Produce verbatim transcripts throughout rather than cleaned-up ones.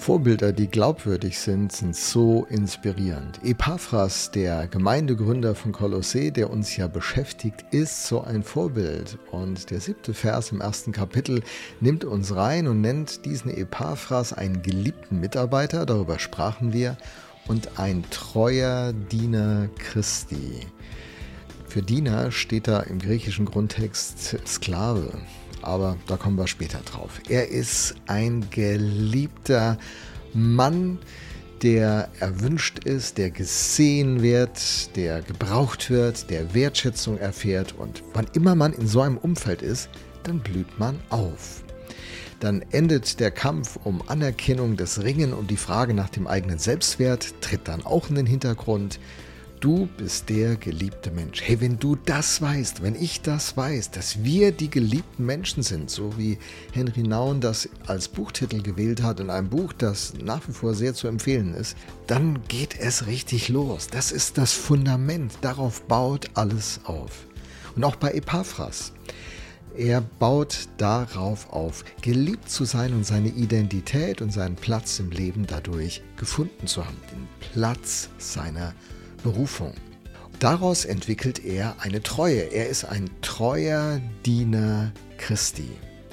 Vorbilder, die glaubwürdig sind, sind so inspirierend. Epaphras, der Gemeindegründer von Kolossä, der uns ja beschäftigt, ist so ein Vorbild. Und der siebte Vers im ersten Kapitel nimmt uns rein und nennt diesen Epaphras einen geliebten Mitarbeiter, darüber sprachen wir, und ein treuer Diener Christi. Für Diener steht da im griechischen Grundtext Sklave. Aber da kommen wir später drauf. Er ist ein geliebter Mann, der erwünscht ist, der gesehen wird, der gebraucht wird, der Wertschätzung erfährt. Und wann immer man in so einem Umfeld ist, dann blüht man auf. Dann endet der Kampf um Anerkennung, das Ringen um die Frage nach dem eigenen Selbstwert, tritt dann auch in den Hintergrund. Du bist der geliebte Mensch. Hey, wenn du das weißt, wenn ich das weiß, dass wir die geliebten Menschen sind, so wie Henry Nouwen das als Buchtitel gewählt hat in einem Buch, das nach wie vor sehr zu empfehlen ist, dann geht es richtig los. Das ist das Fundament. Darauf baut alles auf. Und auch bei Epaphras. Er baut darauf auf, geliebt zu sein und seine Identität und seinen Platz im Leben dadurch gefunden zu haben. Den Platz seiner Berufung. Daraus entwickelt er eine Treue. Er ist ein treuer Diener Christi.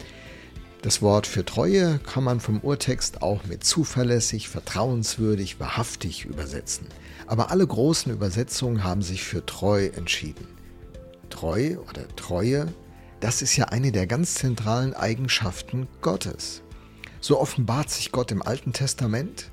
Das Wort für Treue kann man vom Urtext auch mit zuverlässig, vertrauenswürdig, wahrhaftig übersetzen. Aber alle großen Übersetzungen haben sich für treu entschieden. Treu oder Treue, das ist ja eine der ganz zentralen Eigenschaften Gottes. So offenbart sich Gott im Alten Testament.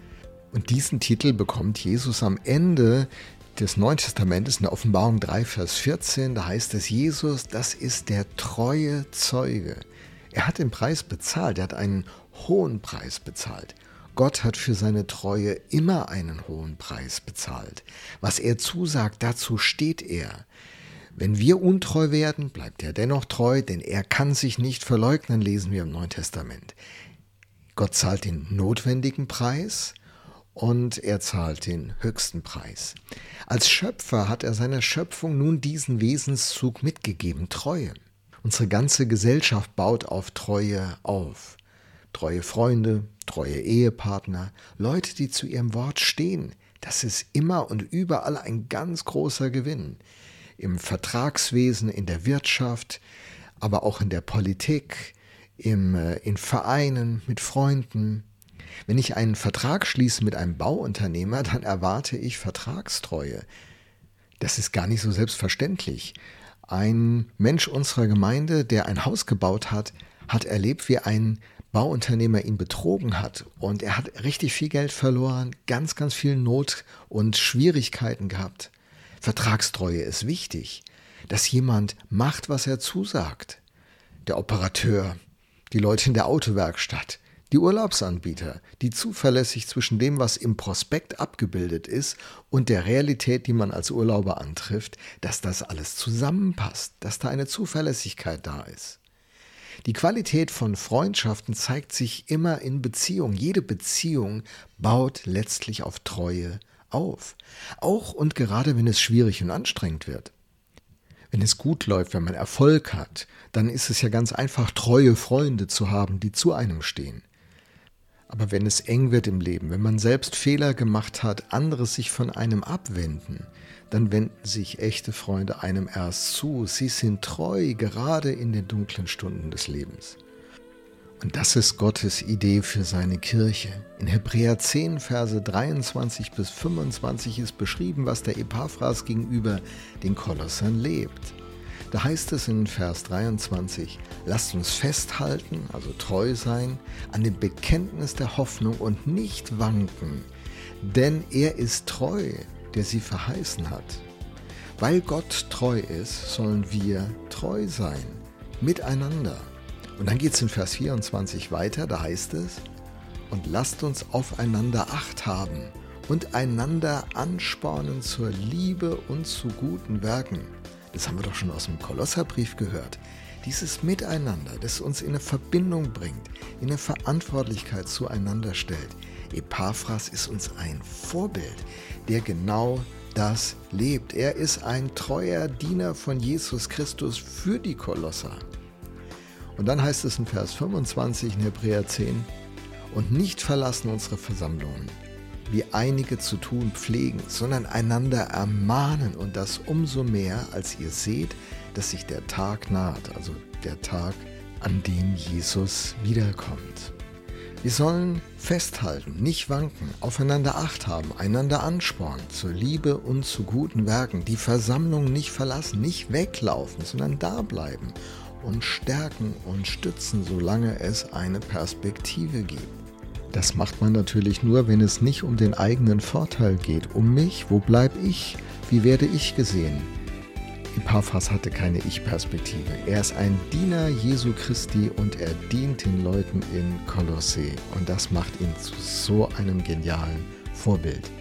Und diesen Titel bekommt Jesus am Ende des Neuen Testamentes in der Offenbarung drei, Vers vierzehn. Da heißt es, Jesus, das ist der treue Zeuge. Er hat den Preis bezahlt, er hat einen hohen Preis bezahlt. Gott hat für seine Treue immer einen hohen Preis bezahlt. Was er zusagt, dazu steht er. Wenn wir untreu werden, bleibt er dennoch treu, denn er kann sich nicht verleugnen, lesen wir im Neuen Testament. Gott zahlt den notwendigen Preis. Und er zahlt den höchsten Preis. Als Schöpfer hat er seiner Schöpfung nun diesen Wesenszug mitgegeben, Treue. Unsere ganze Gesellschaft baut auf Treue auf. Treue Freunde, treue Ehepartner, Leute, die zu ihrem Wort stehen. Das ist immer und überall ein ganz großer Gewinn. Im Vertragswesen, in der Wirtschaft, aber auch in der Politik, im, in Vereinen, mit Freunden. Wenn ich einen Vertrag schließe mit einem Bauunternehmer, dann erwarte ich Vertragstreue. Das ist gar nicht so selbstverständlich. Ein Mensch unserer Gemeinde, der ein Haus gebaut hat, hat erlebt, wie ein Bauunternehmer ihn betrogen hat. Und er hat richtig viel Geld verloren, ganz, ganz viel Not und Schwierigkeiten gehabt. Vertragstreue ist wichtig, dass jemand macht, was er zusagt. Der Operateur, die Leute in der Autowerkstatt, die Urlaubsanbieter, die zuverlässig zwischen dem, was im Prospekt abgebildet ist und der Realität, die man als Urlauber antrifft, dass das alles zusammenpasst, dass da eine Zuverlässigkeit da ist. Die Qualität von Freundschaften zeigt sich immer in Beziehung. Jede Beziehung baut letztlich auf Treue auf. Auch und gerade wenn es schwierig und anstrengend wird. Wenn es gut läuft, wenn man Erfolg hat, dann ist es ja ganz einfach, treue Freunde zu haben, die zu einem stehen. Aber wenn es eng wird im Leben, wenn man selbst Fehler gemacht hat, andere sich von einem abwenden, dann wenden sich echte Freunde einem erst zu. Sie sind treu, gerade in den dunklen Stunden des Lebens. Und das ist Gottes Idee für seine Kirche. In Hebräer zehn, Verse dreiundzwanzig bis fünfundzwanzig ist beschrieben, was der Epaphras gegenüber den Kolossern lebt. Da heißt es in Vers dreiundzwanzig, lasst uns festhalten, also treu sein, an dem Bekenntnis der Hoffnung und nicht wanken, denn er ist treu, der sie verheißen hat. Weil Gott treu ist, sollen wir treu sein, miteinander. Und dann geht es in Vers vierundzwanzig weiter, da heißt es, und lasst uns aufeinander Acht haben und einander anspornen zur Liebe und zu guten Werken. Das haben wir doch schon aus dem Kolosserbrief gehört. Dieses Miteinander, das uns in eine Verbindung bringt, in eine Verantwortlichkeit zueinander stellt. Epaphras ist uns ein Vorbild, der genau das lebt. Er ist ein treuer Diener von Jesus Christus für die Kolosser. Und dann heißt es in Vers fünfundzwanzig in Hebräer zehn, und nicht verlassen unsere Versammlungen, wie einige zu tun pflegen, sondern einander ermahnen, und das umso mehr, als ihr seht, dass sich der Tag naht, also der Tag, an dem Jesus wiederkommt. Wir sollen festhalten, nicht wanken, aufeinander Acht haben, einander anspornen zur Liebe und zu guten Werken, die Versammlung nicht verlassen, nicht weglaufen, sondern da bleiben und stärken und stützen, solange es eine Perspektive gibt. Das macht man natürlich nur, wenn es nicht um den eigenen Vorteil geht. Um mich, wo bleibe ich, wie werde ich gesehen? Epaphras hatte keine Ich-Perspektive. Er ist ein Diener Jesu Christi und er dient den Leuten in Kolossä. Und das macht ihn zu so einem genialen Vorbild.